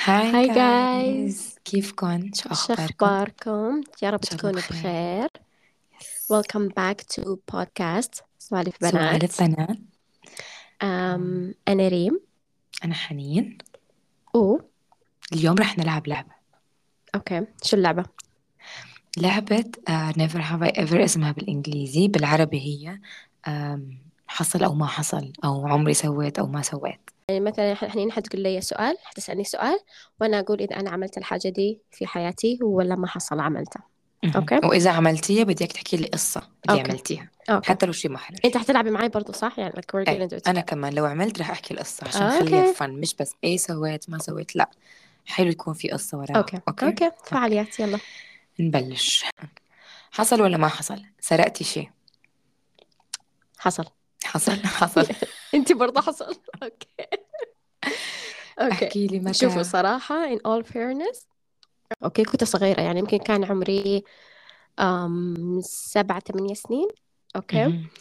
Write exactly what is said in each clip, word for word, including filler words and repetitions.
هاي هاي جايز، جايز، كيفكن؟ شو شو أخباركم؟ إن أخباركم؟ يا رب شاء الله تكونوا بخير. بخير. يس. Welcome back to podcast سوالف بنات. سوالف بنات. أم، أم أنا ريم. أنا حنين. أو اليوم رح نلعب لعبة. أوكي، شو اللعبة؟ لعبة uh, never have I ever اسمها بالإنجليزي، بالعربي هي أم، حصل أو ما حصل، أو عمري سويت أو ما سويت. يعني مثلا ح- حنين حتقول لي سؤال، حتسألني سؤال وأنا أقول إذا أنا عملت الحاجة دي في حياتي ولا ما حصل عملتها. مهم. أوكي؟ وإذا عملتيها بديك تحكي لي قصة اللي أوكي عملتيها، أوكي. حتى لو شيء محرج. أنت حتلعبي معي برضو صح؟ يعني like we're أي gonna do it أنا together. كمان لو عملت رح أحكي القصة عشان نخليها أوكي فن، مش بس إيه سويت ما سويت، لا، حلو يكون في قصة وراها. أوكي أوكي. أوكي، أوكي، فعاليات يلا. نبلش. حصل ولا ما حصل؟ سرقتي شيء؟ حصل. حصل حصل. أنت برضو حصل. أوكي أوكي. احكي لي شوفوا متى. صراحة in all fairness، أوكي كنت صغيرة يعني يمكن كان عمري أم سبعة ثمانية سنين. أوكي. مهم.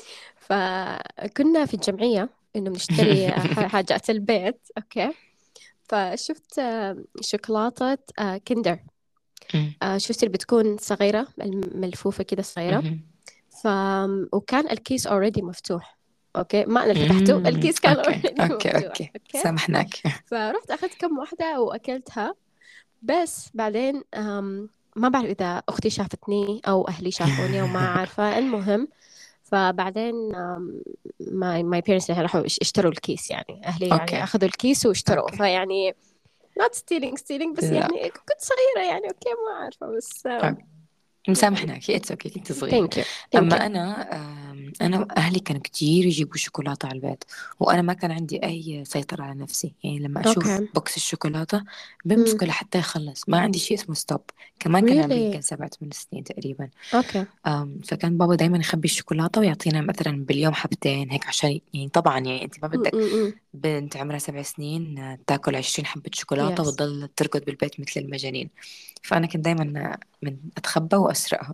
فكنا في الجمعية إنه بنشتري ح- حاجات البيت. أوكي. فشفت آه، شوكولاتة آه، كندر. مم. آه، شفت اللي بتكون صغيرة الم- ملفوفة كده صغيرة. مهم. ف... وكان الكيس already مفتوح. أوكي، ما أنا اللي فتحته، مم. الكيس كان اوكي already اوكي مفتوح. اوكي، أوكي. سامحناك. فرحت أخذت كم واحدة وأكلتها. بس بعدين أم، ما بعرف إذا أختي شافتني أو أهلي شافوني أو ما عارفة. المهم فبعدين أم، my my parents يعني راحوا اش- اشتروا الكيس، يعني أهلي يعني اوكي أخذوا الكيس واشتروا. اوكي. فيعني not stealing stealing بس لا، يعني كنت صغيرة يعني أوكي ما عارفة بس أم، اوكي، يعني مسامحناك، اتس اوكي، كنت صغيرة. thank you thank you. اما انا آم، انا اهلي كانوا كتير يجيبوا شوكولاتة على البيت، وانا ما كان عندي اي سيطرة على نفسي. يعني لما اشوف أوكي. بوكس الشوكولاتة مم. بمسكه لحتى يخلص، ما عندي شيء اسمه ستوب. كمان كان عمري really يمكن سبعة ثمان سنين تقريبا. أوكي. أم، فكان بابا دايما يخبي الشوكولاتة ويعطينا مثلا باليوم حبتين هيك، عشان يعني طبعا يعني انت ما مم، بدك مم، مم. بنت عمرها سبع سنين آه، تاكل عشرين حبة شوكولاتة yes. وتضل تركض بالبيت مثل المجانين. فأنا كنت دايما من أتخبى وأسرقها.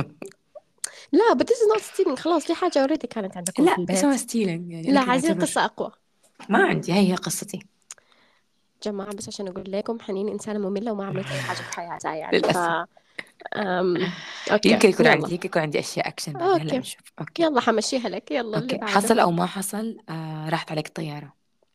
لا but this is not stealing، خلاص دي حاجة already كانت عندكم في لا البيت. اسمها ستيلينج، يعني أنا لا كنت عايزين أعتبر. قصة أقوى. ما عندي، هي هي قصتي. جماعة بس عشان أقول لكم حنين إنسانة مملة وما عملت أي حاجة في حياتها يعني ف للأسف. أم... أوكي يمكن يكون يلا. عندي، يمكن يكون عندي أشياء أكشن بعدين، هلا أوكي بنشوف. أوكي. يلا حمشيها لك، يلا اللي أوكي، بعده. حصل أو ما حصل، آه راحت عليك طيارة.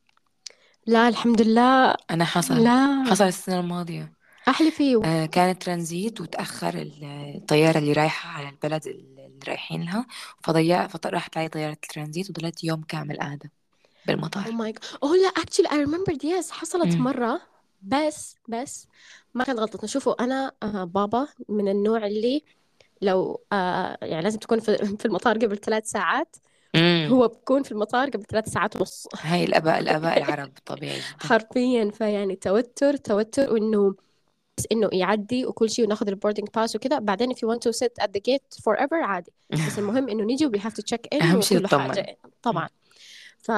لا الحمد لله. أنا حصل. لا حصل السنة الماضية. أحلي فيه. آه، كانت ترانزيت وتأخر ال- الطيارة اللي رايحة على البلد اللي رايحين لها، فضيع فراحت علي طيارة الترانزيت وضلت يوم كامل قاعدة أو بالمطار. ماي أوه لا actually I remembered yes حصلت امم. مرة. بس بس ما كانت غلطتنا. شوفوا أنا آه بابا من النوع اللي لو آه يعني لازم تكون في في المطار قبل ثلاث ساعات. امم. هو بكون في المطار قبل ثلاث ساعات ونص. هاي الآباء الآباء العرب طبيعي جدا. حرفيا فيعني توتر توتر وإنه بس إنه يعدي وكل شيء وناخذ البوردينج باس وكذا. بعدين if you want to sit at the gate forever عادي. بس المهم إنه نيجي we have to check in أهم شيء وكل تطمن. حاجة مم. طبعا. ف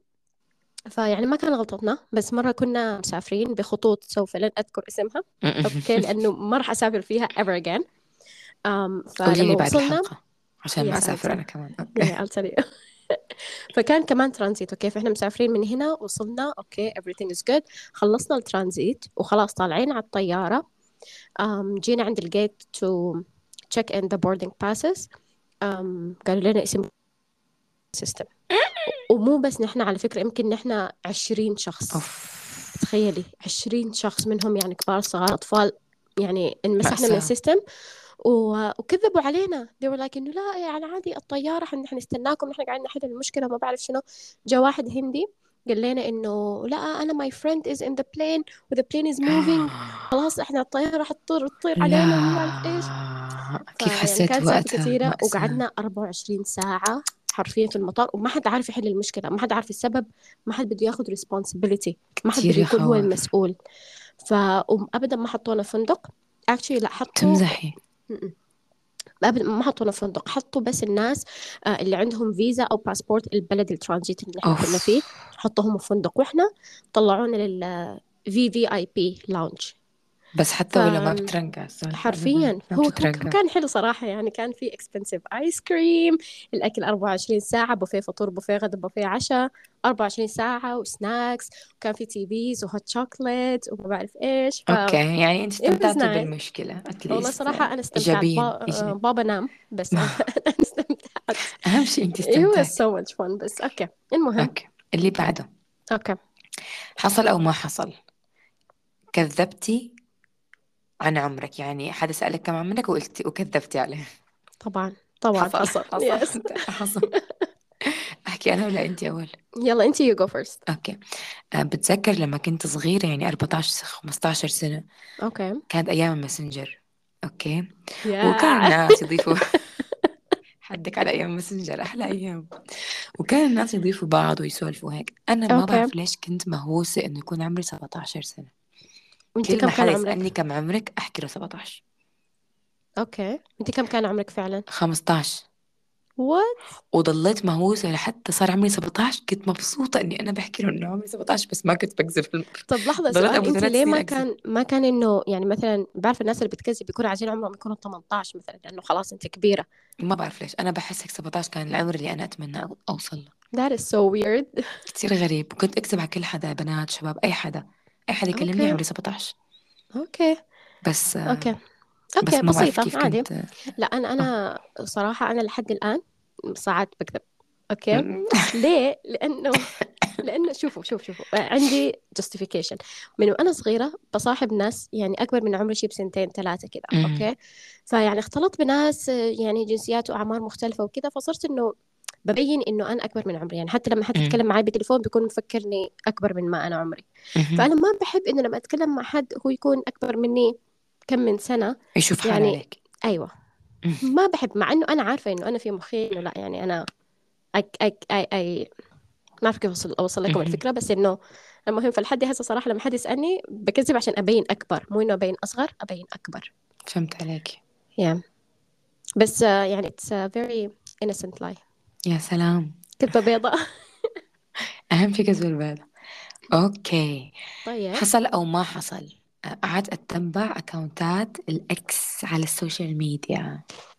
فيعني ما كان غلطتنا. بس مرة كنا مسافرين بخطوط سوف لن أذكر اسمها. أوكي لأنه ما راح أسافر فيها ever again. um, قولي فلما لي بعد وصلنا الحلقة عشان ما yes I'll أسافر tell أنا كمان. yeah, أوكي. yeah, I'll tell you. فكان كمان ترانزيت. اوكي فاحنا مسافرين من هنا وصلنا اوكي everything is good. خلصنا الترانزيت وخلاص طالعين على الطيارة. um, جينا عند الجيت to check in the boarding passes. um, قالوا لنا اسم system. ومو بس نحن على فكرة يمكن نحن عشرين شخص. أوف. تخيلي عشرين شخص منهم يعني كبار صغار أطفال. يعني انمسحنا من مأساة. السيستم و- وكذبوا علينا. they were like إنه لا يعني عادي الطيارة حن حنستناكم نحن قاعدين نحل المشكلة ما بعرف شنو. جاء واحد هندي قال لنا إنه لا أنا my friend is in the plane و the plane is moving. خلاص إحنا الطيارة راح تطير تطير علينا وما بعرف إيش. لا، كيف فيعني حسيت كانت سالفة وقتها؟ كثيرة مأساة. وقعدنا أربعة وعشرين ساعة حرفيا في المطار وما حد عارف يحل المشكلة. ما حد عارف السبب. ما حد بده ياخذ responsibility. ما حد كتير بده يكون هو يخوف. المسؤول. فأبدا ما حطونا فندق. actually لا حطوا تمزحي. م-م. أبدا ما حطونا فندق. حطوا بس الناس آه، اللي عندهم فيزا أو باسبورت البلد الترانزيت اللي احنا كنا أوف. فيه. حطوهم في فندق وإحنا طلعونا لل في في آي بي لاونج. بس حتى ولا ما بترجع السالفة أبدا، فحرفيا ما هو هو بتترجع. كان حلو صراحة يعني، كان في اكسبنسيف ايس كريم، الأكل أربعة وعشرين ساعة، بوفيه فطور بوفيه غدا بوفيه عشاء أربعة وعشرين ساعة، وسناكس، وكان في تي فيز وهوت شوكليت وما بعرف ايش. ف أوكي، يعني أنت it was استمتعتي nice. بالمشكلة والله أتليست. صراحة أنا استمتعت. إيجابيا با... إيجابي. بابا نام بس أنا أنا استمتعت. أهم شيء أنت it was استمتعتي. so much fun. بس أوكي، المهم. أوكي، اللي بعده. أوكي. حصل أو ما حصل، كذبتي عن عمرك، يعني حدا سألك كم عمرك وقلتي وكذبتي عليه. طبعا طبعا حصل حصل. حصل يس. حصل. أحكي أنا ولا أنت أول؟ يلا أنتي you go first. أوكي. أه بتذكر لما كنت صغيرة، يعني أربعة عشر خمسة عشر سنة، أوكي. كانت أيام الماسنجر. أوكي. وكان يا الناس يضيفوا حدك على أيام ماسنجر، أحلى أيام. وكان الناس يضيفوا بعض ويسولفوا هيك. أنا ما أوكي. بعرف ليش كنت مهووسة إنه يكون عمري سبعة عشر سنة. وأنتي كل ما كم كان حدا يسألني عمرك؟ كم عمرك أحكي له سبعة عشر. أوكي، أنتي كم كان عمرك فعلا؟ خمسة عشر. what. وضليت مهووسة لحتى صار عمري سبعة عشر. كنت مبسوطة إني أنا بحكي له إنه عمري سبعة عشر، بس ما كنت بكذب المرة. طب لحظة، ضليت سؤال، أبو أنتي ثلاث ليه سنين ما أكذب. كان ما كان إنه يعني مثلا بعرف الناس اللي بتكذب بيكونوا عايزين عمرهم يكونوا ثمانية عشر مثلا، لأنه خلاص أنت كبيرة. ما بعرف ليش أنا بحس هيك سبعة عشر كان العمر اللي أنا أتمنى أو- أوصل له. that is so weird. كتير غريب. وكنت أكذب على كل حدا، بنات شباب أي حدا، أي حدا يكلمني أوكي. عمري سبعة عشر. أوكي. بس أوكي. بس أوكي ما بعرف بسيطة كيف عادي. كنت. لا أنا آه. أنا صراحة أنا لحد الآن ساعات بكذب. أوكي. م- ليه؟ لأنه لأنه شوفوا شوفوا شوفوا عندي justification. من وأنا صغيرة بصاحب ناس يعني أكبر من عمري شي بسنتين ثلاثة كده. م- أوكي. فيعني اختلطت بناس يعني جنسيات وأعمار مختلفة وكده، فصرت إنه ببين إنه أنا أكبر من عمري، يعني حتى لما حد م- يتكلم معي بالتليفون بيكون مفكرني أكبر من ما أنا عمري. م- فأنا ما بحب إنه لما أتكلم مع حد هو يكون أكبر مني كم من سنة. يشوف حاله يعني عليك. أيوة، م- ما بحب، مع إنه أنا عارفة إنه أنا في مخي إنه لا يعني أنا أي أي أي, أي ما أعرف كيف أوصل أوصل لكم م- الفكرة، بس إنه المهم فلحد هسه صراحة لما حد يسألني بكذب عشان أبين أكبر، مو إنه أبين أصغر، أبين أكبر. فهمت عليك. yeah. بس آه، يعني it's a very innocent lie. يا سلام. كذبة بيضاء. أهم شيء كذب البيضة. أوكي. طيب. حصل أو ما حصل، قعدت أتبع أكاونتات الإكس على السوشيال ميديا.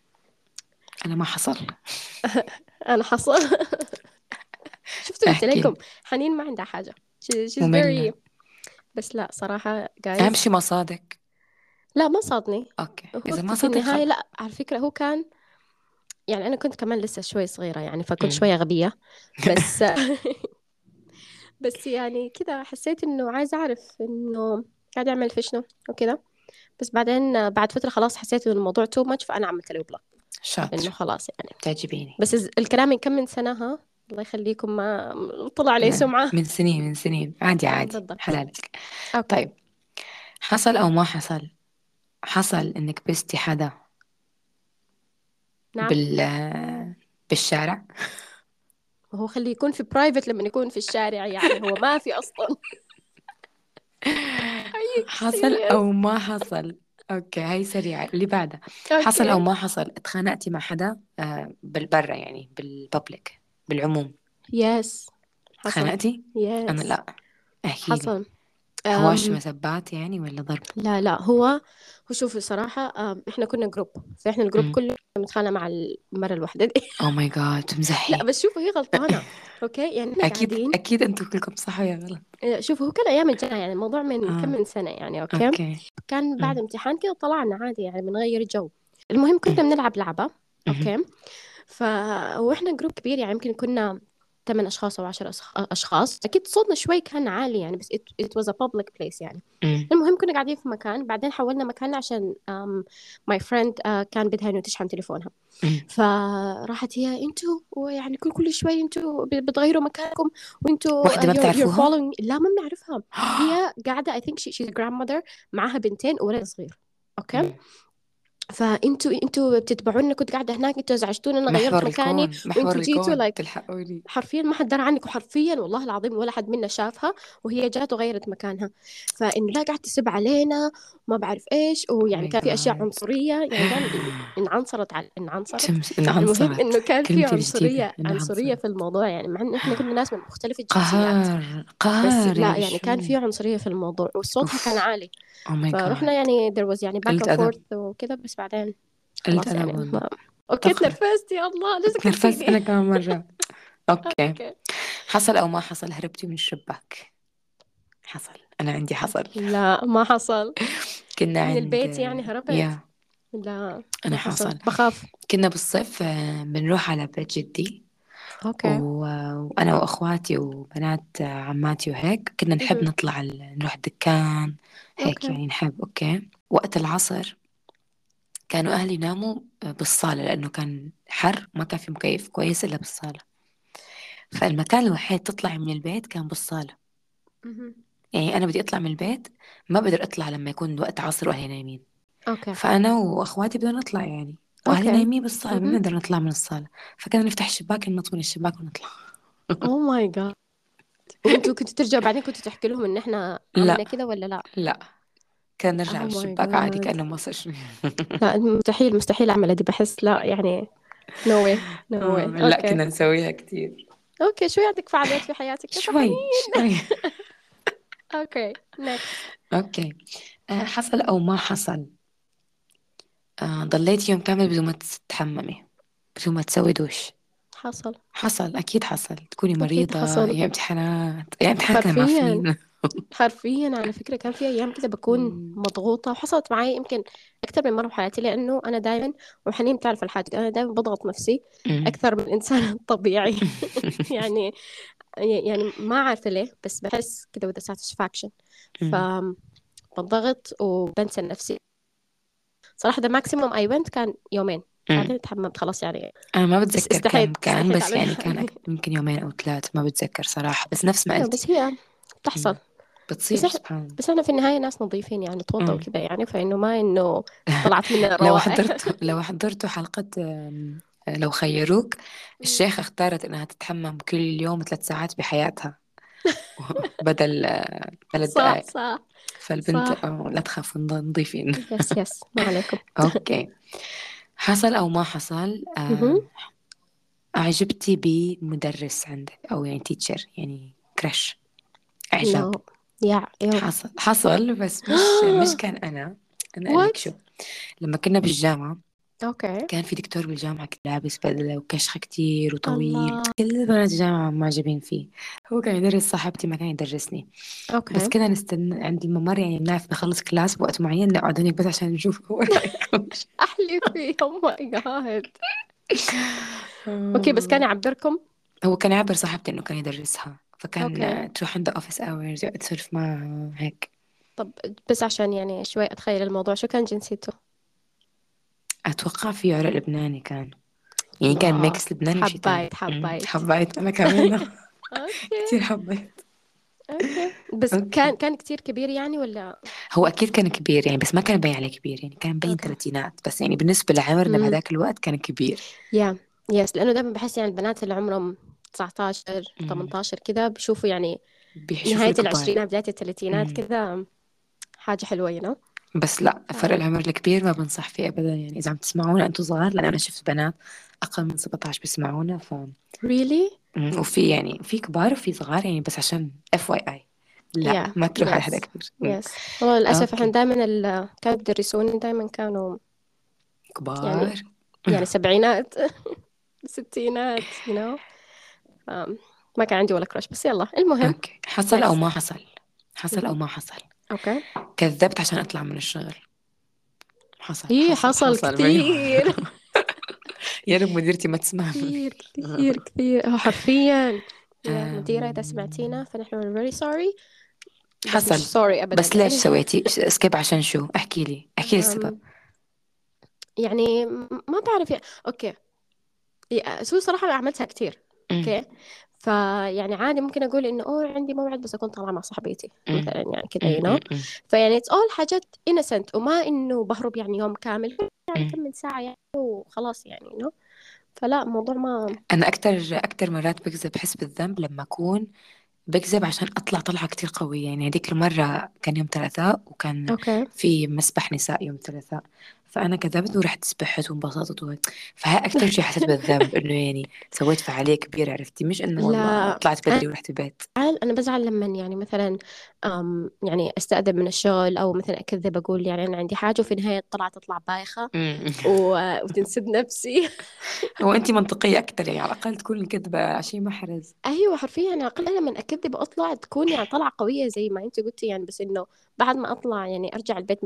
أنا ما حصل. أنا حصل. شفتوا قلت احكي لي. لكم حنين ما عندها حاجة. She, she's very. مملة. بس لا صراحة أهم guys. شي ما صادق. لا ما صادني. أوكي، هو إذا ما في صادق النهاية خلص. لا على فكرة هو كان يعني أنا كنت كمان لسه شوي صغيرة يعني، فكنت أمم. شوية غبية. بس بس يعني كذا حسيت إنه عايزة أعرف إنه قاعد يعمل في شنو وكذا. بس بعدين بعد فترة خلاص حسيت إن الموضوع تو ماتش، فأنا عملت له بلوك. إنه شاطر. خلاص يعني. تعجبيني. بس الز- الكلام من كم من سنة ها. الله يخليكم ما طلع لي لا، سمعة. من سنين من سنين، عادي عادي بالضبط. حلالك. أوكي. طيب، حصل أو ما حصل، حصل إنك بستي حدا نعم. بال بالشارع. وهو خليه يكون في برايفت لما يكون في الشارع، يعني هو ما في أصلا. Are you حصل serious؟ أو ما حصل. أوكي، هاي سريعة. اللي بعدها. حصل أو أوكي. ما حصل، اتخانقتي مع حدا آه، بالبرة، يعني بالببليك، بالعموم. يس. حصل. اتخانقتي؟ أنا يس. لا. احكي لي. حصل. هواش أم مسبات يعني ولا ضرب؟ لا لا هو هو شوفوا صراحة أم إحنا كنا جروب، فإحنا الجروب امم. كله متخانق مع المرة الواحدة دي. او ماي جاد، لا تمزحي. بس شوفوا هي غلطانة. أوكي يعني إحنا اكيد قاعدين. اكيد انتوا كلكم صح يا غلط. آه، شوفوا هو كان أيام الجامعة يعني الموضوع من كم اه. من سنة يعني. أوكي. اوكي. كان بعد امم. امتحان كده طلعنا عادي يعني بنغير جو. المهم كنا بنلعب لعبة. امم. أوكي. ف وإحنا جروب كبير يعني يمكن كنا ثمان أشخاص أو عشر أشخ- أشخاص. أكيد صوتنا شوي كان عالي يعني، بس it, it was a public place يعني. امم. المهم كنا قاعدين في مكان، بعدين حولنا مكان عشان um, my friend uh, كان بدها إنه تشحن تليفونها. امم. فراحت هي انتوا ويعني كل كل شوي انتوا ب- بتغيروا مكانكم وانتوا uh, واحدة ما you're, you're بتعرفوها؟ following. لا ما بنعرفها. هي قاعدة I think she, she's a grandmother معها بنتين وولد صغير. أوكي. امم. فانتوا انتوا بتتبعوني، كنت قاعدة هناك، انتوا ازعجتوني، انا غيرت محور مكاني الكون، محور وانتوا جيتوا الكون، لايك. تلحقوني. حرفيا ما حد درى عنك، وحرفيا والله العظيم ولا حد منا شافها، وهي جات وغيرت مكانها. فإنه لا قاعد تسب علينا وما بعرف إيش، Oh ويعني my كان في أشياء god. عنصرية، يعني كان انعنصرت على انعنصرت. شمس المهم انعنصرت، إنه كان في كلمتي الجديدة عنصرية عنصرية انعنصرت. في الموضوع، يعني مع إنه إحنا كنا ناس من مختلف الجنسيات. قهر بس قهر لا يعني يعني كان شو. في عنصرية في الموضوع، وصوتها كان اوف. عالي. Oh my فرحنا god. يعني there was يعني back قلت and أدب. forth وكده، بس بعدين قلت خلاص أدب يعني والله. ما. أوكي طبخة. تنرفزت، يا الله ليش تنرفزت أنا ذكرتيني. كمان مرة. أوكي. أوكي. حصل أو ما حصل هربتي من الشباك؟ حصل. أنا عندي حصل. لا ما حصل. كنا من عند. البيت يعني هربت؟ يا. لا أنا ما حصل، حصل. بخاف. كنا بالصيف آه، بنروح على بيت جدي. اوكي. و- وأنا وأخواتي وبنات عماتي وهيك كنا نحب مهم. نطلع ال- نروح الدكان. هيك اوكي. يعني نحب. أوكي. وقت العصر كانوا أهلي يناموا بالصالة لأنه كان حر، ما كان في مكيف كويس إلا بالصالة. فالمكان الوحيد تطلعي من البيت كان بالصالة. مهم. يعني أنا بدي أطلع من البيت، ما بقدر أطلع لما يكون وقت عصر وأهلي نايمين. اوكي. فأنا وأخواتي بدنا نطلع يعني، وأهلي اوكي. نايمين بالصالة، ما مهم. بنقدر نطلع من الصالة. فكنا نفتح الشباك، ننط من الشباك ونطلع. او ماي جاد. وانتوا كنتوا ترجعوا بعدين كنتوا تحكي لهم ان احنا عملنا لا كده ولا لا؟ لا، كان نرجع او من ماي الشباك عادي جاد. كأنه ما صار شيء. لا مستحيل مستحيل اعمل دي، بحس لا يعني. نو واي نو آه، واي. لا اوكي. كنا نسويها كتير. اوكي شو عندك فعاليات في حياتك يا شوي سحنين؟ شوي. اوكي نكست. أوكي. آه، حصل أو ما حصل آه، ضليت يوم كامل بدون ما تتحممي، بدون ما تسوي دوش؟ حصل. حصل. أكيد حصل. تكوني اكيد مريضة، حصل. يا امتحانات، يا امتحانات كنا حرفيا. معفنين. حرفيا على فكرة كان في أيام كده بكون مم. مضغوطة، وحصلت معي يمكن أكثر من مرة بحياتي، لأنه أنا دائما، وحنين بتعرف الحاجة، أنا دائما بضغط نفسي مم. أكثر من الإنسان الطبيعي. يعني يعني ما عارفة ليه، بس بحس كده with the satisfaction. مم. فبنضغط وبنسى نفسي. صراحة ده ماكسيموم أي went كان يومين، مم. بعدين تحممت خلاص يعني. أنا ما بس بتذكر كم استحيت كان، استحيت بس أعمل يعني كان حالي. أك- يمكن يومين أو ثلاث، ما بتذكر صراحة، بس نفس ما أيوة قلتي. بس هي بتحصل. مم. بس بتصير إحنا سبحان الله. بس إحنا في النهاية ناس نظيفين يعني، توضوا مم. وكذا يعني، فإنه ما إنه طلعت مننا لو روائح. حضرتوا لو حضرتوا حلقة آم، لو خيروك، مم. الشيخة اختارت إنها تتحمم كل يوم ثلاث ساعات بحياتها بدل آه، ثلاث صح دقائق. صح. فالبنت صح. آه، لا تخافوا، نض- نضيفين. يس يس ما عليكم. أوكي. حصل أو ما حصل مهم. آه، أعجبتي بمدرس عندك أو يعني تيتشر، يعني كراش، إعجاب؟ نو. يا يو. حصل حصل بس مش مش كان أنا. أنا أقول لك وات. شو. لما كنا بالجامعة اوكي. كان في دكتور بالجامعة كان لابس بدلة وكشخة كتير وطويل، الله. كل بنات الجامعة معجبين فيه. هو كان يدرس صاحبتي، ما كان يدرسني. بس اوكي. كده نستنى عند الممر، يعني بنعرف نخلص كلاس بوقت معين، نقعد هناك بس عشان نشوف هو رايكم. احلي فيه، او ماي جاد. اوكي بس كان يعبركم؟ هو كان يعبر صاحبتي انه كان يدرسها، فكان اوكي. آه، تروح عنده اوفيس اورز يقعد يسولف معها هيك. طب بس عشان يعني شوي اتخيل الموضوع، شو كان جنسيته؟ اتوقع في عرق لبناني كان، يعني كان الله. ميكس لبناني وشي تاني. حبيت أمم، حبيت. حبيت انا كمان. كتير اوكي. حبيت. اوكي بس كان اوكي. كان كتير كبير يعني ولا؟ هو اكيد كان كبير يعني، بس ما كان باين عليه كبير، يعني كان مبين اوكي. ثلاثينات، بس يعني بالنسبة لعمرنا امم. بهذاك الوقت كان كبير. يا. يس لانه دائما بحس يعني البنات اللي عمرهم تسعتاشر أمم، ثمانية عشر كذا بشوفوا يعني بيشوفوا نهاية الكبار. العشرينات بداية الثلاثينات أمم. كذا، حاجة حلوة you know. بس لا، فرق ف... العمر الكبير ما بنصح فيه ابدا، يعني اذا عم تسمعونا انتم صغار، لان انا شفت بنات اقل من سبعطعش بيسمعونا. ف really. مم. وفي يعني في كبار وفي صغار يعني، بس عشان اف واي اي، لا yeah ما تروح على حدا yes كبير. مم. yes. والله للأسف احنا اوكي. دائما ال... كانوا بيدرسوني دائما كانوا يعني كبار. يعني سبعينات. ستينات you know. ف... ما كان عندي ولا كراش، بس يلا المهم. اوكي. حصل او next. ما حصل. حصل او مهم. ما حصل اوكي. كذبت عشان اطلع من الشغل؟ حصل ايه حصل حصل حصل مليون. كثير. يا رب مديرتي ما تسمع كثير مني. كثير كثير هو حرفيا. يا مديرة إذا أم، سمعتينا فنحن we're very sorry. بس مش حصل. sorry أبدا بس ليش يعني. سويتي سكيب؟ عشان شو؟ احكي لي احكي لي السبب. أم، يعني م- ما بعرف يعني. أوكي. يا- سو صراحة عملتها كتير. أم، أوكي. فيعني عادي ممكن أقول إنه أوه عندي موعد بس أكون طالعة مع صاحبتي أمم، مثلا، يعني كذا you أمم، know. أمم، فيعني it's all حاجات innocent، وما إنه بهرب يعني يوم كامل، يعني أمم. كم من ساعة يعني وخلاص يعني you know. فلا الموضوع ما. أنا أكتر أكتر مرات بكذب، بحس بالذنب لما أكون بكذب عشان أطلع طلعة كتير قوية. يعني هذيك المرة كان يوم ثلاثاء، وكان أوكي. في مسبح نساء يوم ثلاثاء، فأنا كذبت ورحت سبحت وانبسطت وهيك. فهي أكتر شيء حسيت بالذنب، إنه يعني سويت فعالية كبيرة، عرفتي؟ مش إنه والله لا طلعت بدري ورحت البيت. أنا أنا بزعل لما يعني مثلا أم يعني أستأذن من الشغل، أو مثلا أكذب أقول يعني أنا عندي حاجة، وفي النهاية طلعت تطلع بايخة أمم. و- وتنسد نفسي. هو أنت منطقية أكتر، يعني على الأقل تكون الكذبة شيء محرز. أيوة حرفيا يعني أقل أنا من أكذب أطلع تكون يعني طلعة قوية زي ما أنت قلتي يعني، بس إنه بعد ما أطلع يعني أرجع البيت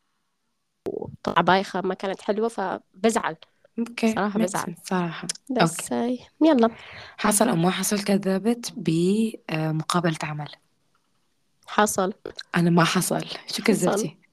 طلع بايخة ما كانت حلوة، فبزعل. أوكي، صراحة ميك بزعل. سنس صراحة. أوكي. بس آه، يلا. حصل أو ما حصل كذبت بمقابلة عمل؟ حصل. أنا ما حصل. شو حصل. كذبتي؟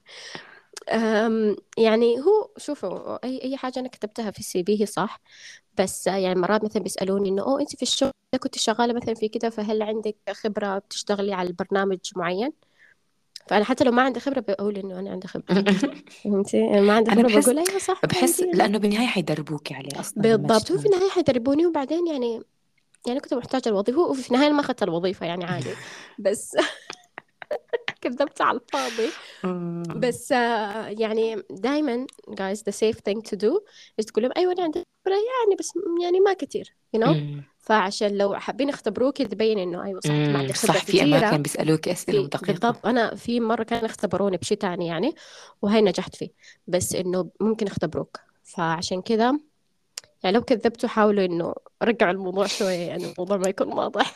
أم يعني هو شوفوا أي أي حاجة أنا كتبتها في السي في هي صح، بس يعني مرات مثلا بيسألوني إنه أوه أنت في الشغل كنت شغالة مثلا في كده، فهل عندك خبرة بتشتغلي على البرنامج معين؟ فأنا حتى لو ما عندي خبرة بقول إنه أنا عندي خبرة. فهمتي يعني ما عندي انا خبرة بحس بقول أيوة صح بحس عندي يعني. لانه بالنهايه حيدربوكي عليه اصلا لما بالضبط، هو في تشتغلي. النهاية حيدربوني، وبعدين يعني يعني كنت محتاجة الوظيفة، وفي النهاية ما أخذت الوظيفة يعني عادي. بس كذبت على الفاضي. أمم. بس آه، يعني دايما guys the safe thing to do is تقول لهم أيوة أنا عندي خبرة يعني، بس يعني ما كتير you know. أمم. فعشان لو حابين يختبروك تبين إنه أيوة صح أنت ما أمم. عندك خبرة صح، في اماكن كتيرة. بيسالوك اسئله في دقيقه. بالضبط، أنا في مرة كان اختبروني بشيء تاني يعني، وهي نجحت فيه، بس إنه ممكن يختبروك. فعشان كذا يعني لو كذبتوا حاولوا إنه رجعوا الموضوع شوية، يعني الموضوع ما يكون واضح.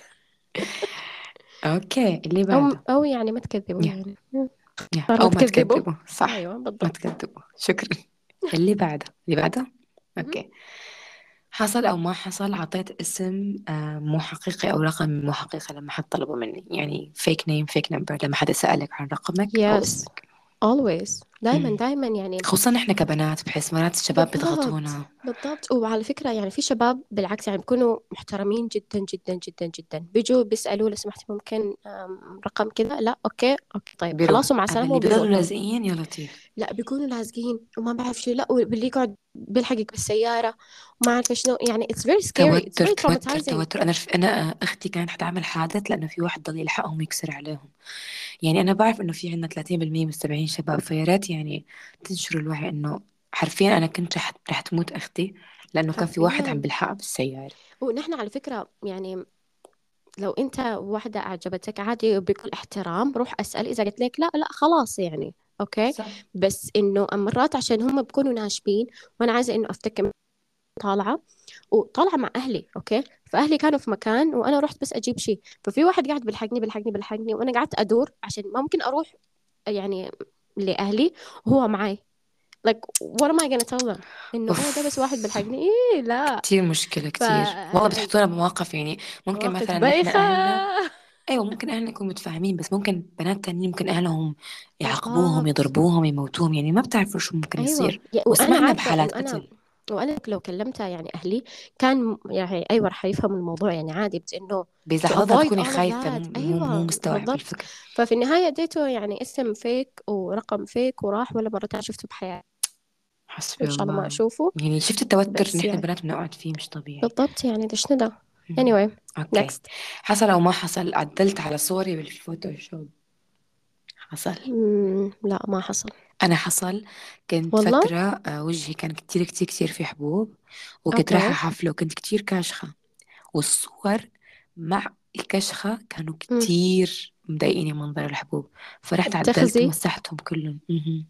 اوكي، اللي أو بعده. أو يعني ما تكذبوا يا يعني. يا صار ما او ما تكذبوا. تكذبوا، صح. أيوة ما بالضبط. تكذبوا، شكرا. اللي بعده، اللي بعده. مهم. اوكي. حصل او ما حصل عطيت اسم آه، مو حقيقي او رقم مو حقيقي لما حد طلبه مني، يعني فيك نيم فيك نمبر، لما حد سألك عن رقمك او yes اسمك. always دايما أمم. دايما يعني. خصوصا احنا كبنات، بحس مرات الشباب بالضبط. بيضغطونا. بالضبط، وعلى فكرة يعني في شباب بالعكس يعني بيكونوا محترمين جدا جدا جدا جدا، بيجوا بيسألوا لو سمحتي ممكن أم، رقم كذا، لا أوكي أوكي طيب بيروح، خلاص ومع أما السلامة اللي بيضلوا وبيروحوا. لازقين يا لطيف. لا بيكونوا لازقين وما بعرف شو، لا واللي يقعد بيلحقك بالسيارة وما عارفة شنو، يعني it's very scary it's توتر very توتر traumatizing. توتر. أنا أنا أختي كانت حتعمل حادث لأنه في واحد ضل يلحقهم ويكسر عليهم. يعني أنا بعرف إنه في عنا ثلاثين بالمية مستمعين شباب، فيا ريت يعني تنشروا الوعي إنه حرفيا أنا كنت رح رح تموت أختي لأنه كان في واحد عم حرفيا. بيلحقها بالسيارة. ونحن على فكرة يعني لو انت واحدة اعجبتك عادي بكل احترام روح اسأل، اذا قلت لك لا لا خلاص يعني اوكي. صح. بس انه مرات عشان هم بيكونوا ناشبين، وانا عايزة انه افتكر طالعة وطالعة مع اهلي اوكي، فاهلي كانوا في مكان وانا رحت بس اجيب شيء، ففي واحد قاعد بيلحقني بيلحقني بيلحقني، وانا قعدت ادور عشان ما ممكن اروح يعني لاهلي وهو معي. like what am I gonna tell them انه اوه ده بس أوف، واحد بيلحقني، ايه لا. كتير مشكلة ف كتير والله. بتحطونا بمواقف يعني ممكن مواقف مثلا نحن بايخة. أهلنا، ايوه ممكن اهلنا يكونوا متفاهمين، بس ممكن بنات تانيين ممكن اهلهم يعاقبوهم بالضبط. يضربوهم يموتوهم، يعني ما بتعرفوا شو ممكن ايوه يصير. يا- وانا وسمعنا عارفه بحالات وانا قتل. وانا لو كلمتها يعني اهلي كان يعني ايوه رح يفهموا الموضوع يعني عادي، بس انه to بلحظاتها avoid بتكوني all of خايفة، that مو مو مو ايوه مستوعبة بالضبط. الفكرة. ففي النهايه اديته يعني اسم فيك ورقم فيك وراح، ولا مره تانية شفته بحياتي حسبي وان شاء الله ما الله. اشوفه. يعني شفت التوتر اللي بس احنا يعني بنات بنقعد فيه مش طبيعي. بالضبط يعني ده شنو ده. مم. anyway اوكي. next. حصل او ما حصل عدلت على صوري بالفوتوشوب؟ حصل. مم. لا ما حصل. انا حصل. كنت والله. فترة آه، وجهي كان كتير كتير كتير في حبوب، وكنت رايحة اوكي. حفلة وكنت كتير كاشخة، والصور مع الكشخة كانوا مم. كتير مضايقيني منظر الحبوب. فرحت عدلت بتخزي. ومسحتهم كلهم. مهم.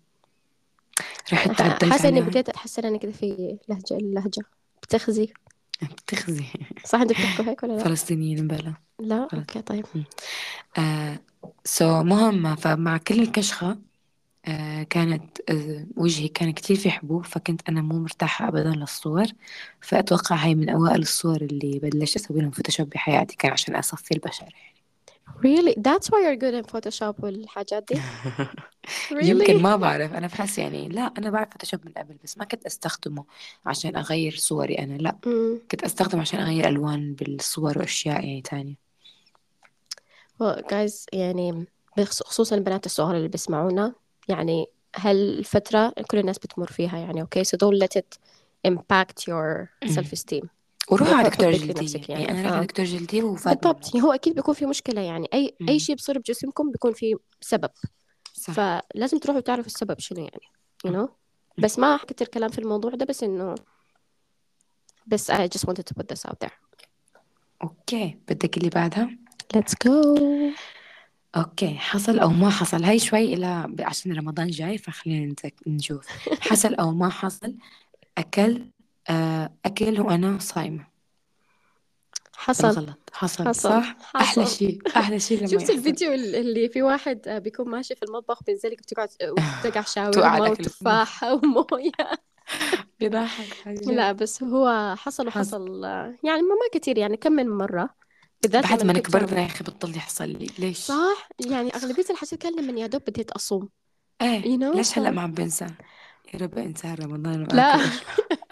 رحت ح- عدلت حاسه اني عليهم. بديت احسن انا كذا في لهجه اللهجه بتخزي. بتخزي. صح انتوا بتحكوا هيك ولا لا؟ فلسطينيين بلا. لا غلط. اوكي طيب. مم. آه سو مهم، فمع كل الكشخة آه كانت آه وجهي كان كتير في حبوب، فكنت أنا مو مرتاحة أبدا للصور. فأتوقع هاي من أوائل الصور اللي بلشت أسوي لهم فوتوشوب بحياتي، كان عشان أصفي البشرة. really that's why you're good in Photoshop والحاجات دي. يمكن really ما بعرف، أنا بحس يعني لا، أنا بعرف فوتوشوب من قبل بس ما كنت أستخدمه عشان أغير صوري أنا، لا mm. كنت أستخدمه عشان أغير ألوان بالصور وأشياء يعني تانية. well guys يعني بخص- خصوصا البنات الصغار اللي بيسمعونا، يعني هالفترة كل الناس بتمر فيها يعني okay so don't let it impact your self esteem وروح على دكتور وحبك جلدية، لنفسك يعني يعني. أنا ف رحت دكتور جلدية وفادني بالضبط، يعني الموضوع. هو أكيد بيكون في مشكلة، يعني أي أي مم. شيء بصير بجسمكم بيكون في سبب، صح. فلازم تروحوا تعرفوا السبب شنو يعني you آه. know. بس ما حكيت الكلام في الموضوع ده، بس إنه بس I just wanted to put this out there. أوكي، بدك اللي بعدها؟ Let's go. أوكي، حصل أو ما حصل، هاي شوي إلى عشان رمضان جاي فخلينا نتك- نشوف. حصل أو ما حصل، أكل آه، أكل وأنا صايمة حصل بالغلط. حصل حصل صح؟ أحلى حصل شيء، أحلى شيء لما شفت يحصل. الفيديو اللي في واحد آه، بيكون ماشي في المطبخ بينزلك بتقعد وتقع توقع شاورما الأكل في المطبخ. وتفاحة وموية. بيضحك عن جد. لا بس هو حصل حصل. وحصل آه، يعني ما ما كتير، يعني كم من مرة، بالذات بعد لما ما كنت. نكبر بدنا يا أخي بطل يحصل لي ليش؟ صح، يعني أغلبية الحاجات كان لما يا دوب بديت أصوم إيه you know ليش ف هلأ ما عم بنسى؟ يا رب انسى رمضان لا. وآكل وأشرب.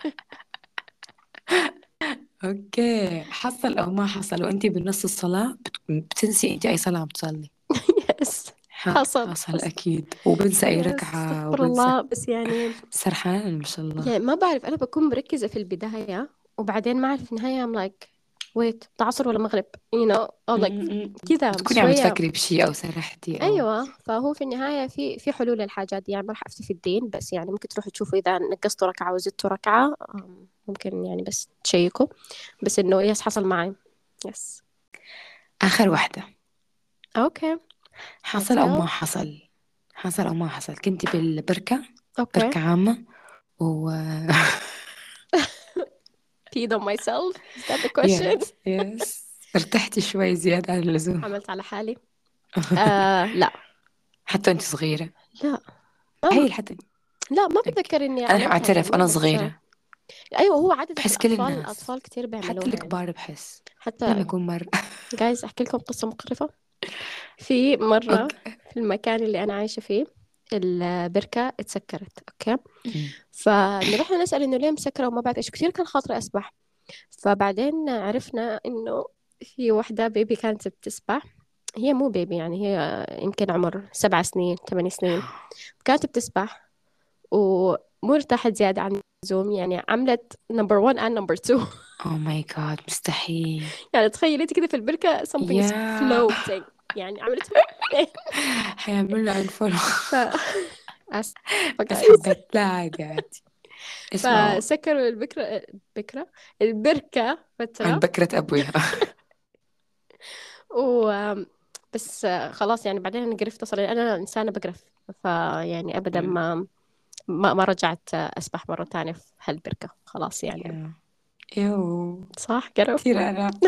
أوكي، حصل أو ما حصل وأنتي بنص الصلاة بت- بتنسي أنتي أي صلاة عم تصلي. يس ح- حصل حصل حصل أكيد، وبنسى أي يس ركعة استغفر وبنسى. الله، بس يعني سرحان ما شاء الله. يعني ما بعرف، أنا بكون مركزة في البداية وبعدين ما أعرف في النهاية I'm like wait ده عصر ولا مغرب you know أو like م-م. كذا بتكوني عم شوية. تفكري بشي أو سرحتي أو أيوة، فهو في النهاية في في حلول للحاجات دي، يعني ما راح أفتي في الدين، بس يعني ممكن تروحوا تشوفوا إذا نقصتوا ركعة وزدتوا ركعة أم، ممكن يعني بس تشيكوا، بس إنه يس حصل معي. يس آخر واحدة. أوكي let's حصل أو go. ما حصل، حصل أو ما حصل، كنتي بالبركة، أوكي بركة عامة و peed on myself is that the question. يس يس ارتحتي شوي زيادة عن اللزوم. عملت على حالي. آه لا حتى أنت صغيرة. لا ما هي حتى لا ما أوكي. بتذكر إني أنا عملتها أعترف يعني، أنا بس صغيرة أيوة هو عادة بحس كل الأطفال الناس، الأطفال كتير حتى بيعملوها يعني. الكبار بحس حتى لما يكون مرة. جايز أحكي لكم قصة مقرفة. في مرة أوكي. في المكان اللي أنا عايشة فيه البركة اتسكرت أوكي، أمم. فنروح نسأل إنه ليه مسكرة وما بعد إيش، كثير كان خاطري أسبح. فبعدين عرفنا إنه في وحدة بيبي كانت بتسبح، هي مو بيبي يعني هي يمكن عمر سبع سنين ثمان سنين، كانت بتسبح ومرتاحة زيادة عن اللزوم، يعني عملت نمبر واحد and نمبر تو. أوه ماي جاد مستحيل. يعني تخيلي انت كده في البركة something is يا floating، يعني عملتهم. حيعملوا له انفولو. ف آسفة بس guys. حبيت، لا عادي عادي. اسمعوا فسكروا البكرة البكرة البركة عن فترة بكرة أبويا. و بس خلاص يعني بعدين أنا قرفت أصلا، أنا إنسانة بقرف، فيعني أبدا ما ما ما رجعت أسبح مرة تانية في هالبركة خلاص يعني. يا يو صح قرف. كثير أنا.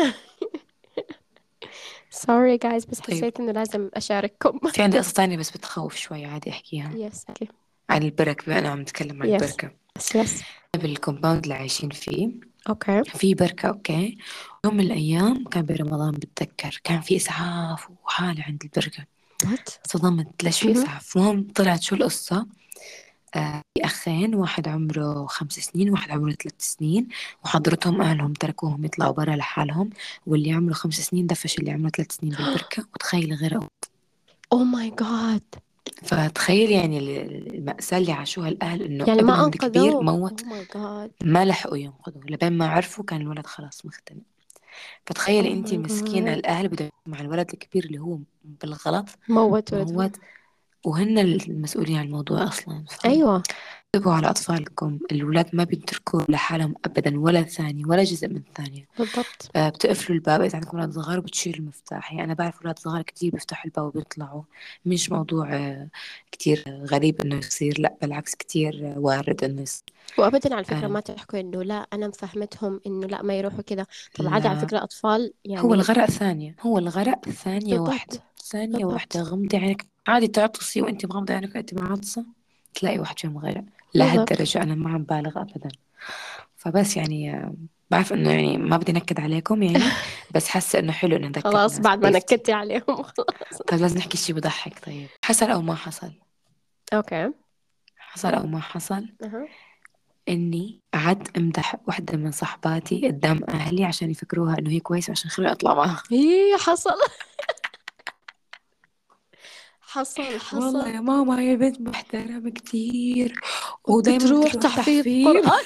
sorry guys بس طيب حسيت إنه لازم أشارككم. في عندي قصة تانية بس بتخوف شوي، عادي أحكيها. yes okay عن البرك، بما أنا عم نتكلم عن yes البركة. yes yes بالكومباوند اللي عايشين فيه okay في بركة أوكي. يوم من الأيام كان برمضان بتذكر كان في إسعاف وحالة عند البركة. what صدمت ليش في mhm إسعاف. المهم طلعت شو القصة. آه في أخين، واحد عمره خمس سنين وواحد عمره ثلاث سنين، وحضرتهم أهلهم تركوهم يطلعوا برا لحالهم، واللي عمره خمس سنين دفش اللي عمره ثلاث سنين بالبركة وتخيل غرقوا. oh my god فتخيل يعني ال- المأساة اللي عاشوها الأهل إنه يعني ما ابنهم الكبير أنقذوه موت. oh my god ما لحقوا ينقذوه لبين ما عرفوا كان الولد خلاص مختنق. فتخيل oh أنتي my مسكينة، god الأهل بدهم مع الولد الكبير اللي هو بالغلط موت ولدهم. موت، وهن المسؤولين عن الموضوع أصلا. أيوة انتبهوا على أطفالكم، الولاد ما بيتركوا لحالهم أبدا ولا ثانية ولا جزء من ثانية. بالضبط. آه، بتقفلوا الباب إذا عندكم أولاد صغار وبتشيلوا المفتاح. يعني أنا بعرف أولاد صغار كتير بيفتحوا الباب وبيطلعوا، مش موضوع آه، كتير غريب إنه يصير، لا بالعكس كتير آه، وارد إنه يصير. وأبدا على فكرة آه، ما تحكوا إنه لا أنا مفهمتهم إنه لا ما يروحوا كذا، طب عادي على لا فكرة أطفال هو يعني. الغرق ثانية، هو الغرق ثانية بالضبط واحدة، ثانية واحدة بالضبط غمضي عينك عادي تعطسي وأنت مغمضة عينك وأنت معطسة تلاقي واحد فيهم غرق. بالضبط. لهالدرجة أنا ما عم بالغ أبدا. فبس يعني آه، بعرف إنه يعني ما بدي نكد عليكم يعني، بس حاسة إنه حلو إنه نذكر خلاص الناس بعد ما بسيفتي. نكدتي عليهم خلاص. طيب لازم نحكي شي بضحك. طيب حصل أو ما حصل؟ اوكي. حصل أو ما حصل اها. إني قعدت أمدح واحدة من صحباتي قدام أهلي عشان يفكروها إنه هي كويسة عشان خلوني أطلع معها. هي حصل. حصل والله حصل. يا ماما هي بنت محترمة كتير ودايما وبتروح بتروح تحفيظ تحفيظ. قرآن.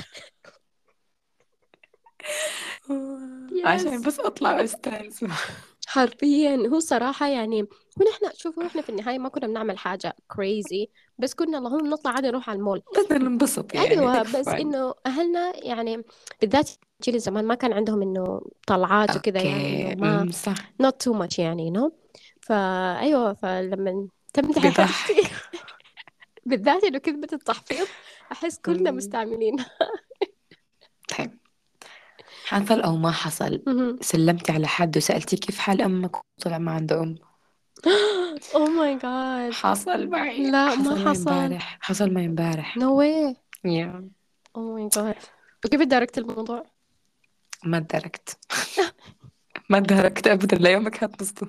عشان يس. بس أطلع أستانس. حرفيا هو صراحة يعني، ونحن شوفوا احنا في النهاية ما كنا بنعمل حاجة كريزي، بس كنا اللهم نطلع عادي نروح على المول. بدنا ننبسط يعني ايوه تكفى بس فن. انه اهلنا يعني بالذات جيل زمان ما كان عندهم انه طلعات وكذا، يعني انه أوكي ما أمم، صح. not too much يعني you know. فايوه فلما تمدحي حبيبتي بضحك. بالذات انه كلمة التحفيظ احس كلنا أمم. مستعملين. طيب حصل أو ما حصل سلمتي على حد وسألتي كيف حال أمك وطلع ما عنده أم؟ او ماي جاد. حصل معي، لا ما حصل معي حصل. امبارح، حصل معي امبارح. نو واي. يا او ماي جاد. وكيف داركت الموضوع؟ ما تدركت. ما تدركت أبدا ليومك هتصدم.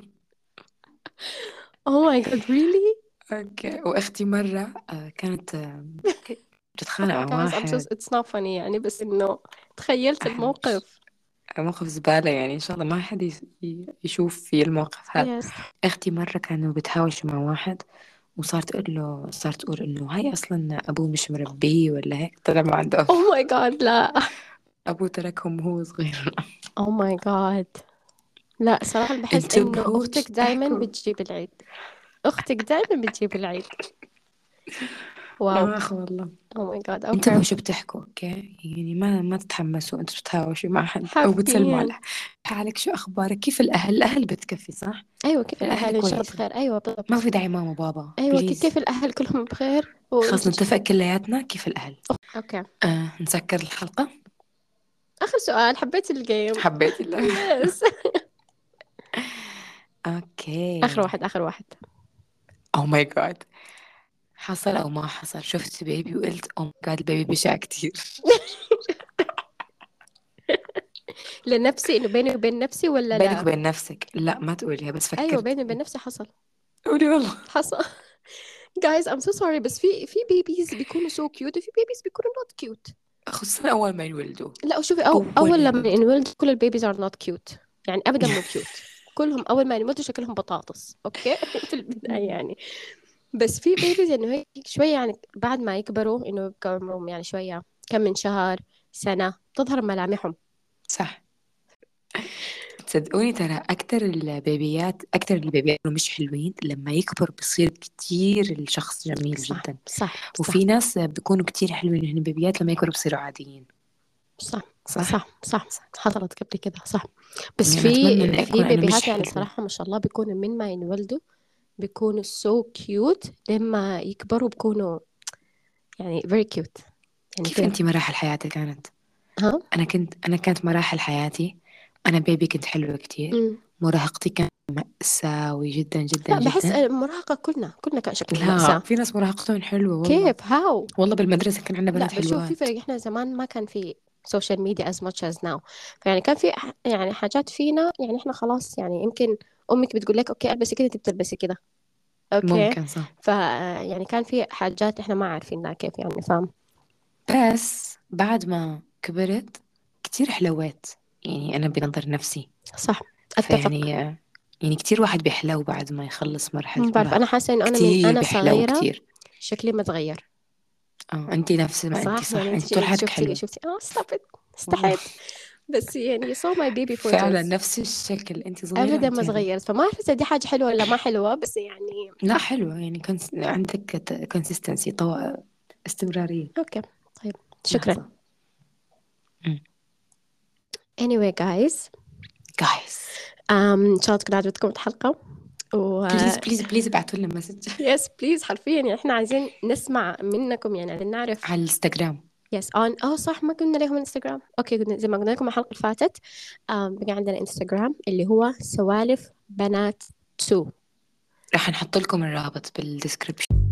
او ماي جاد ريلي. اوكي. واختي مرة آه، كانت آه، بتتخانق مع guys I'm so واحد. it's not funny يعني، بس انه تخيلت أحمش. الموقف. موقف زبالة يعني، إن شاء الله ما حد يس- ي- يشوف في الموقف هذا. yes. أختي مرة كانوا بتهاوشوا مع واحد، وصارت تقول له صارت تقول إنه هاي أصلا أبوه مش مربيه ولا هيك، طلع ما عنده أب. oh my god لا. أبوه تركهم وهو صغير. oh my god. لا صراحة بحس انه انتبهوا اختك دايما تحكوا. بتجيب العيد. اختك دايما بتجيب العيد. واو. آخ والله. oh my god اوكي. انتبهوا شو بتحكوا، اوكي يعني ما ما تتحمسوا انتوا تتهاوشوا مع حد او بتسلموا حرفيا. على حالك. شو اخبارك، كيف الاهل؟ الاهل بتكفي صح. ايوه كيف الاهل الاهل، ان شاء الله كويسه، بخير، ايوه ما بالضبط. في داعي ماما بابا ايوه كي- بليز. كيف الاهل كلهم بخير خلص وانت ج... نتفق كلياتنا كيف الاهل. اوكي. آه نسكر الحلقه. اخر سؤال، حبيت الجيم؟ حبيتي لا. يس. اخر اوكي. واحد اخر واحد. او ماي جاد. حصل او ما حصل شفت بيبي وقلت او ماي جاد البيبي بشع كتير؟ لنفسي، انه بيني وبين نفسي ولا بينك لا؟ وبين نفسك، لا ما تقوليها بس ايوه فكرت. بيني وبين نفسي حصل. قولي والله. حصل. guys I'm so sorry، بس في في بيبيز بيكونوا so cute وفي بيبيز بيكونوا not cute. خصوصا اول ما ينولدوا. لا شوفي، أو اول أول ما لما ينولدوا. ينولد كل البيبيز are not cute، يعني أبدا مو cute. كلهم أول ما ينولدوا شكلهم بطاطس أوكي. في البداية يعني. بس في بيبيز إنه هيك شوية يعني بعد ما يكبروا إنه يبقى عمرهم يعني شوية كم من شهر سنة تظهر ملامحهم. صح. تصدقوني ترى أكتر البيبيات أكتر البيبيات اللي مش حلوين لما يكبر بصير كتير الشخص جميل صح جدا. صح صح وفي ناس بيكونوا كتير حلوين هن بيبيات لما يكبروا بصيروا عاديين. صح صح. صح صح. صح. حصلت قبل كده صح. بس يعني أتمنى في إني في أكون أنا مش بيبيهات يعني حلوة. صراحة ما شاء الله بيكونوا من ما ينولدوا بيكونوا so cute، لما يكبروا بيكونوا يعني very cute يعني كيف كده. أنتي مراحل حياتك كانت؟ ها. أنا كنت أنا كانت مراحل حياتي، أنا بيبي كنت حلوة كتير. مم. مراهقتي كانت مأساوي جدا جدا لا بحس جدا. المراهقة كلنا كلنا كان شكلنا لا مأساة. في ناس مراهقتهم حلوة والله. كيف هاو. والله بالمدرسة كان عندنا لا بنات بشوف في حلوات. فرق، احنا زمان ما كان في social media as much as now، فيعني كان في ح- يعني حاجات فينا يعني احنا خلاص يعني يمكن امك بتقول لك اوكي البسي كده انت بتلبسي كده اوكي. ممكن صح. ف يعني كان في حاجات احنا ما عارفينها كيف يعني فاهم. بس بعد ما كبرت كتير حلوت يعني أنا بنظر نفسي. صح فيعني اتفق. يعني كتير واحد بيحلو بعد ما يخلص مرحلة ما بعرف، انا مراهقة. حاسة انه انا من كتير انا بيحلو صغيرة كتير. شكلي ما تغير. اه انتي نفس ما انتي صح يعني صح، انت انتي طول انت حياتك شفتي حلوة. شفتي اه stop it. والله. استحيت. بس يعني saw my baby فعلا photos نفس الشكل، انتي صغيرة ابدا ما وانتي هذا. تغيرت، فما اعرف اذا دي حاجه حلوه ولا ما حلوه، بس يعني لا حلوة يعني كنس... عندك كونسيستنسي طو... استمرارية. اوكي. طيب شكرا. لحظة. anyway guys جايز um, ان شاء الله تكون عجبتكم الحلقه و بليز بليز بليز ابعتوا لنا مسج. يس بليز حرفيا يعني احنا عايزين نسمع منكم، يعني عايزين نعرف. على الانستغرام. يس اون اه صح ما قلنا لكم انستغرام. اوكي قلنا زي ما قلنا لكم الحلقه اللي فاتت. um, بقى عندنا انستغرام اللي هو سوالف بنات تو. راح نحط لكم الرابط بالديسكربشن.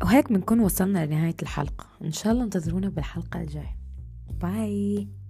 وهيك بنكون وصلنا لنهاية الحلقة. إن شاء الله انتظرونا بالحلقة الجاية. باي.